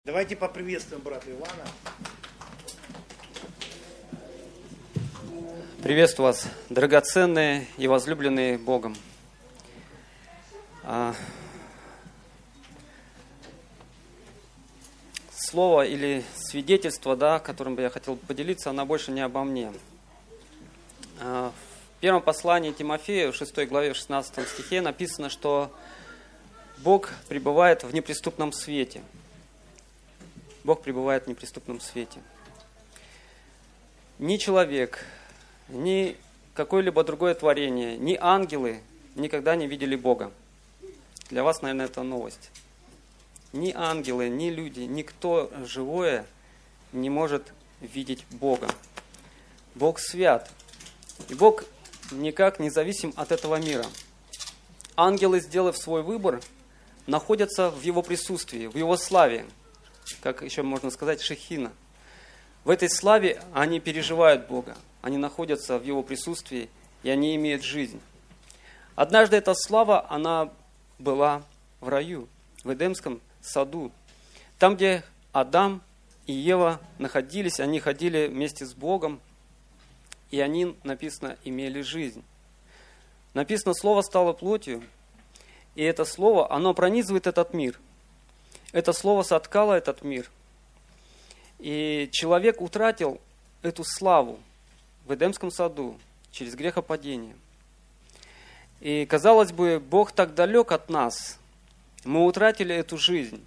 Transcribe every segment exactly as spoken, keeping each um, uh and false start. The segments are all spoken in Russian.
Давайте поприветствуем брата Ивана. Приветствую вас, драгоценные и возлюбленные Богом. Слово или свидетельство, да, которым бы я хотел поделиться, оно больше не обо мне. В первом послании Тимофею, в шестой главе, в шестнадцатом стихе написано, что Бог пребывает в неприступном свете. Бог пребывает в неприступном свете. Ни человек, ни какое-либо другое творение, ни ангелы никогда не видели Бога. Для вас, наверное, это новость. Ни ангелы, ни люди, никто живое не может видеть Бога. Бог свят. И Бог никак не зависим от этого мира. Ангелы, сделав свой выбор, находятся в Его присутствии, в Его славе. Как еще можно сказать, шехина. В этой славе они переживают Бога. Они находятся в Его присутствии, и они имеют жизнь. Однажды эта слава, она была в раю, в Эдемском саду. Там, где Адам и Ева находились, они ходили вместе с Богом, и они, написано, имели жизнь. Написано, Слово стало плотью, и это Слово, оно пронизывает этот мир. Это Слово соткало этот мир. И человек утратил эту славу в Эдемском саду через грехопадение. И, казалось бы, Бог так далек от нас. Мы утратили эту жизнь.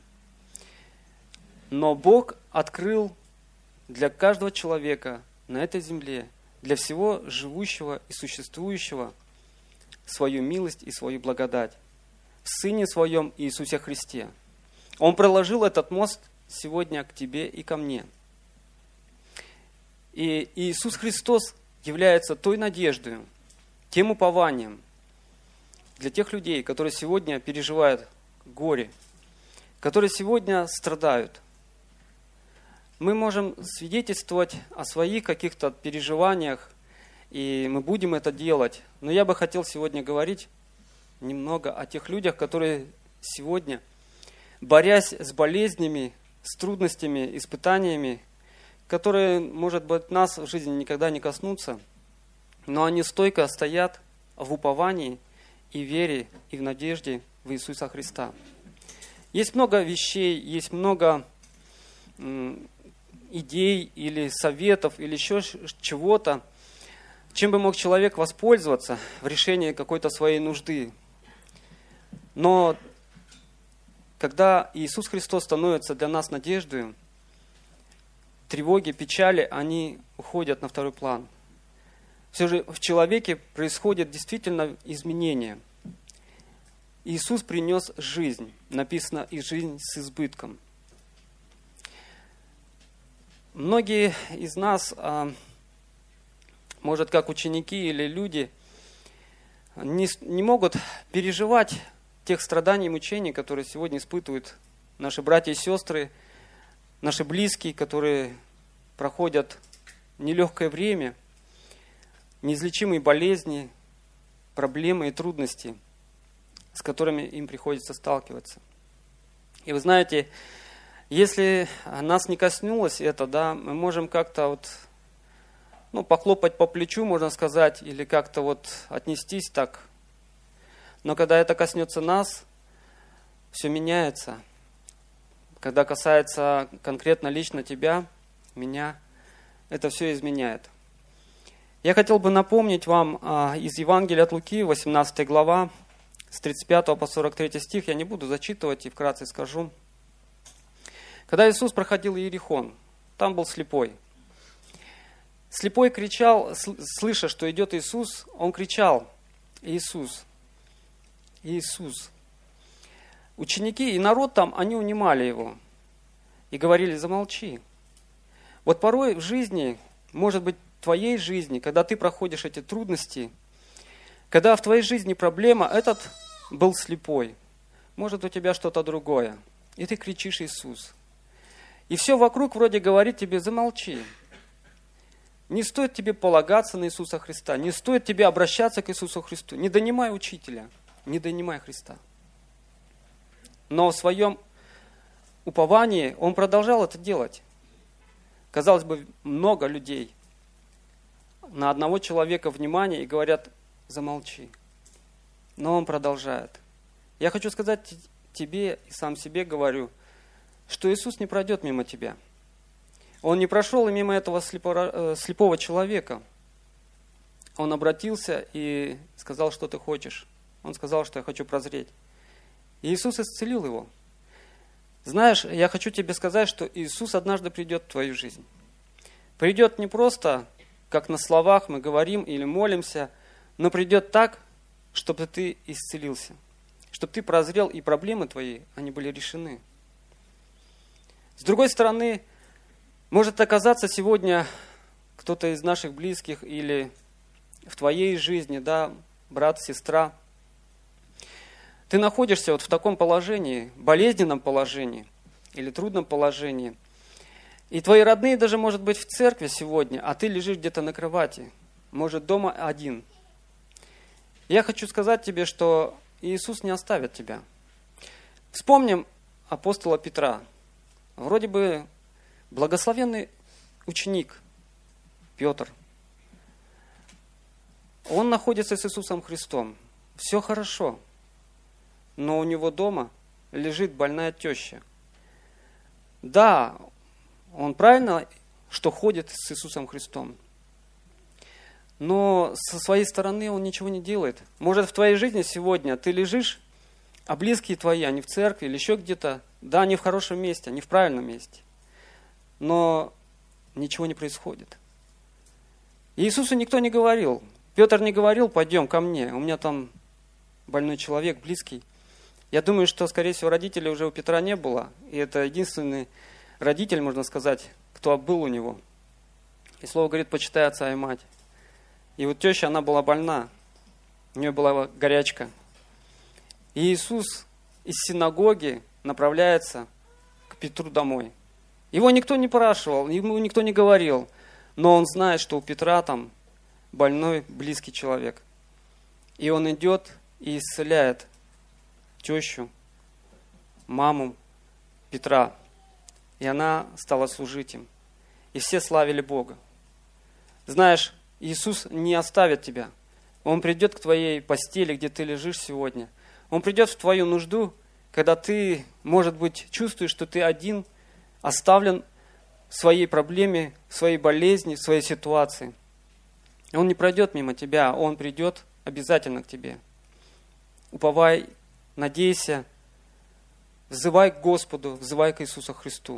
Но Бог открыл для каждого человека на этой земле, для всего живущего и существующего, свою милость и свою благодать в Сыне Своем Иисусе Христе. Он проложил этот мост сегодня к тебе и ко мне. И Иисус Христос является той надеждой, тем упованием для тех людей, которые сегодня переживают горе, которые сегодня страдают. Мы можем свидетельствовать о своих каких-то переживаниях, и мы будем это делать. Но я бы хотел сегодня говорить немного о тех людях, которые сегодня, борясь с болезнями, с трудностями, испытаниями, которые, может быть, нас в жизни никогда не коснутся, но они стойко стоят в уповании и вере, и в надежде в Иисуса Христа. Есть много вещей, есть много м, идей или советов, или еще чего-то, чем бы мог человек воспользоваться в решении какой-то своей нужды. Но когда Иисус Христос становится для нас надеждой, тревоги, печали, они уходят на второй план. Все же в человеке происходит действительно изменение. Иисус принес жизнь, написано, и жизнь с избытком. Многие из нас, может, как ученики или люди, не, не могут переживать тех страданий и мучений, которые сегодня испытывают наши братья и сестры, наши близкие, которые проходят нелегкое время, неизлечимые болезни, проблемы и трудности, с которыми им приходится сталкиваться. И вы знаете, если нас не коснулось это, да, мы можем как-то вот, ну, похлопать по плечу, можно сказать, или как-то вот отнестись так. Но когда это коснется нас, все меняется. Когда касается конкретно лично тебя, меня, это все изменяет. Я хотел бы напомнить вам а, из Евангелия от Луки, восемнадцатая глава, с тридцать пятого по сорок третий стих. Я не буду зачитывать и вкратце скажу. Когда Иисус проходил Иерихон, там был слепой. Слепой кричал, слыша, что идет Иисус, он кричал: «Иисус! Иисус!» Ученики и народ там, они унимали его и говорили: «Замолчи». Вот порой в жизни, может быть, в твоей жизни, когда ты проходишь эти трудности, когда в твоей жизни проблема, этот был слепой, может, у тебя что-то другое, и ты кричишь: «Иисус!» И все вокруг вроде говорит тебе: «Замолчи». Не стоит тебе полагаться на Иисуса Христа, не стоит тебе обращаться к Иисусу Христу, не донимай учителя, не донимай Христа. Но в своем уповании он продолжал это делать. Казалось бы, много людей на одного человека внимание и говорят: замолчи. Но он продолжает. Я хочу сказать тебе и сам себе говорю, что Иисус не пройдет мимо тебя. Он не прошел и мимо этого слепого, слепого человека. Он обратился и сказал: что ты хочешь. Он сказал: что я хочу прозреть. И Иисус исцелил его. Знаешь, я хочу тебе сказать, что Иисус однажды придет в твою жизнь. Придет не просто, как на словах мы говорим или молимся, но придет так, чтобы ты исцелился, чтобы ты прозрел, и проблемы твои, они были решены. С другой стороны, может оказаться сегодня кто-то из наших близких или в твоей жизни, да, брат, сестра, ты находишься вот в таком положении, болезненном положении или трудном положении, и твои родные даже, может быть, в церкви сегодня, а ты лежишь где-то на кровати, может, дома один. Я хочу сказать тебе, что Иисус не оставит тебя. Вспомним апостола Петра. Вроде бы благословенный ученик Петр. Он находится с Иисусом Христом. Все хорошо. Но у него дома лежит больная теща. Да, он правильно, что ходит с Иисусом Христом. Но со своей стороны он ничего не делает. Может, в твоей жизни сегодня ты лежишь, а близкие твои, они в церкви или еще где-то, да, они в хорошем месте, они в правильном месте. Но ничего не происходит. Иисусу никто не говорил. Петр не говорил: пойдем ко мне, у меня там больной человек, близкий. Я думаю, что, скорее всего, родителей уже у Петра не было. И это единственный родитель, можно сказать, кто был у него. И слово говорит: почитай отца и мать. И вот теща, она была больна. У нее была горячка. И Иисус из синагоги направляется к Петру домой. Его никто не спрашивал, ему никто не говорил. Но он знает, что у Петра там больной, близкий человек. И он идет и исцеляет тещу, маму Петра. И она стала служить им. И все славили Бога. Знаешь, Иисус не оставит тебя. Он придет к твоей постели, где ты лежишь сегодня. Он придет в твою нужду, когда ты, может быть, чувствуешь, что ты один, оставлен в своей проблеме, в своей болезни, в своей ситуации. Он не пройдет мимо тебя, Он придет обязательно к тебе. Уповай, надейся, взывай к Господу, взывай к Иисусу Христу.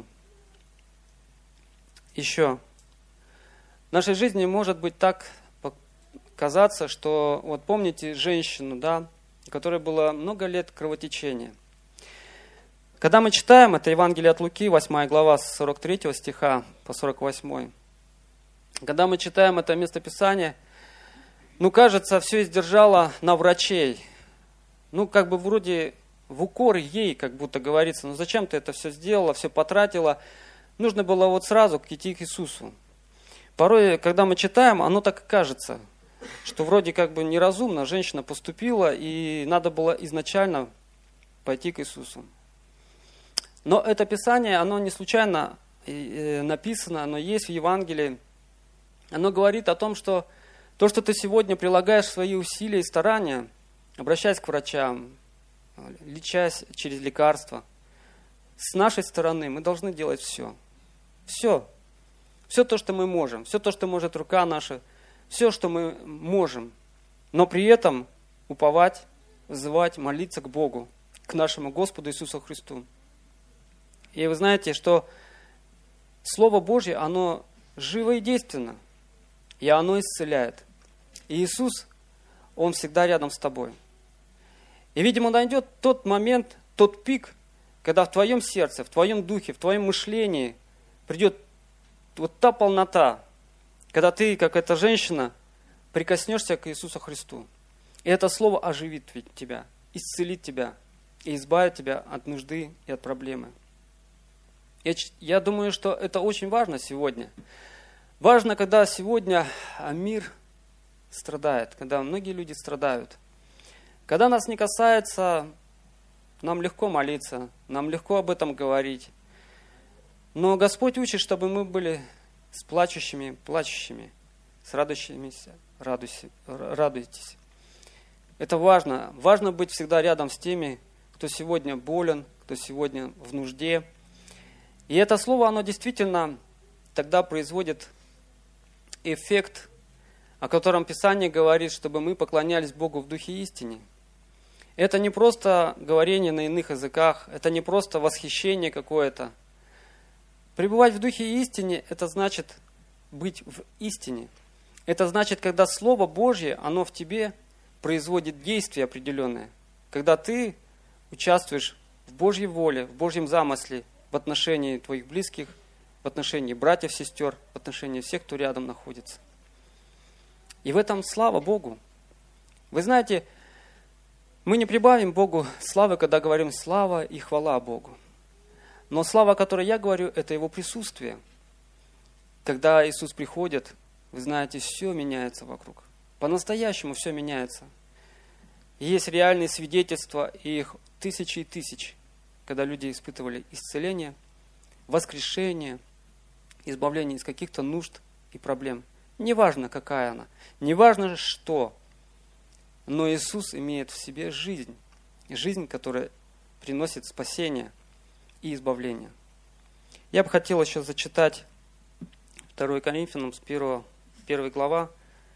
Еще. В нашей жизни может быть так казаться, что, вот помните женщину, да, у которой было много лет кровотечения. Когда мы читаем, это Евангелие от Луки, восьмая глава, с сорок третьего стиха по сорок восьмой. Когда мы читаем это местописание, ну, кажется, все издержало на врачей. Ну, как бы вроде в укор ей, как будто говорится: ну, зачем ты это все сделала, все потратила? Нужно было вот сразу идти к Иисусу. Порой, когда мы читаем, оно так и кажется, что вроде как бы неразумно женщина поступила, и надо было изначально пойти к Иисусу. Но это Писание, оно не случайно написано, оно есть в Евангелии. Оно говорит о том, что то, что ты сегодня прилагаешь свои усилия и старания, обращаясь к врачам, лечась через лекарства, с нашей стороны мы должны делать все. Все. Все то, что мы можем, все то, что может рука наша, все, что мы можем. Но при этом уповать, взывать, молиться к Богу, к нашему Господу Иисусу Христу. И вы знаете, что Слово Божье, оно живо и действенно, и оно исцеляет. И Иисус, Он всегда рядом с тобой. И, видимо, найдет тот момент, тот пик, когда в твоем сердце, в твоем духе, в твоем мышлении придет вот та полнота, когда ты, как эта женщина, прикоснешься к Иисусу Христу. И это слово оживит тебя, исцелит тебя и избавит тебя от нужды и от проблемы. Я, я думаю, что это очень важно сегодня. Важно, когда сегодня мир страдает, когда многие люди страдают. Когда нас не касается, нам легко молиться, нам легко об этом говорить. Но Господь учит, чтобы мы были с плачущими, плачущими, с радующимися, радуйся, радуйтесь. Это важно. Важно быть всегда рядом с теми, кто сегодня болен, кто сегодня в нужде. И это слово, оно действительно тогда производит эффект, о котором Писание говорит, чтобы мы поклонялись Богу в духе истине. Это не просто говорение на иных языках, это не просто восхищение какое-то. Пребывать в духе истине – это значит быть в истине. Это значит, когда Слово Божье, оно в тебе производит действие определенное. Когда ты участвуешь в Божьей воле, в Божьем замысле в отношении твоих близких, в отношении братьев, сестер, в отношении всех, кто рядом находится. И в этом слава Богу. Вы знаете, мы не прибавим Богу славы, когда говорим слава и хвала Богу. Но слава, о которой я говорю, это Его присутствие. Когда Иисус приходит, вы знаете, все меняется вокруг. По-настоящему все меняется. Есть реальные свидетельства, и их тысячи и тысячи, когда люди испытывали исцеление, воскрешение, избавление из каких-то нужд и проблем. Неважно, какая она, неважно что, но Иисус имеет в себе жизнь. Жизнь, которая приносит спасение и избавление. Я бы хотел еще зачитать второе Коринфянам с первого, первой глава,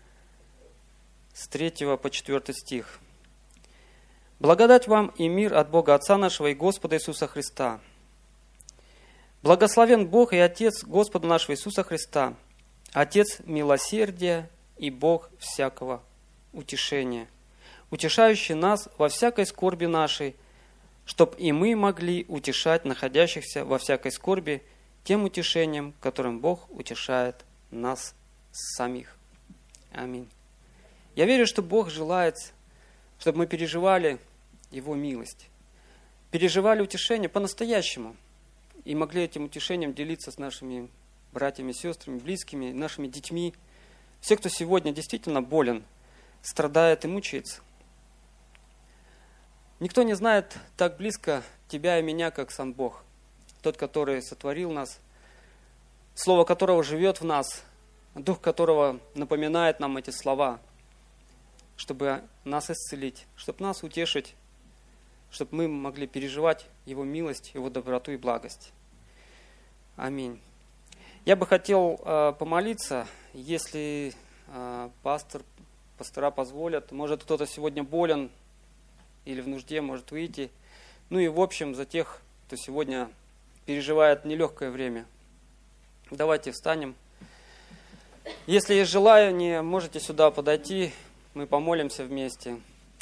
с третьего по четвёртый стих. «Благодать вам и мир от Бога Отца нашего и Господа Иисуса Христа. Благословен Бог и Отец Господа нашего Иисуса Христа, Отец милосердия и Бог всякого утешения, утешающий нас во всякой скорби нашей, чтоб и мы могли утешать находящихся во всякой скорби тем утешением, которым Бог утешает нас самих». Аминь. Я верю, что Бог желает, чтобы мы переживали Его милость, переживали утешение по-настоящему и могли этим утешением делиться с нашими братьями, сестрами, близкими, нашими детьми. Все, кто сегодня действительно болен, страдает и мучается. Никто не знает так близко тебя и меня, как сам Бог. Тот, который сотворил нас, Слово которого живет в нас, Дух которого напоминает нам эти слова, чтобы нас исцелить, чтобы нас утешить, чтобы мы могли переживать Его милость, Его доброту и благость. Аминь. Я бы хотел э, помолиться, если э, пастор, пастора позволят. Может, кто-то сегодня болен или в нужде, может выйти. Ну и в общем, за тех, кто сегодня переживает нелегкое время. Давайте встанем. Если есть желание, можете сюда подойти, мы помолимся вместе.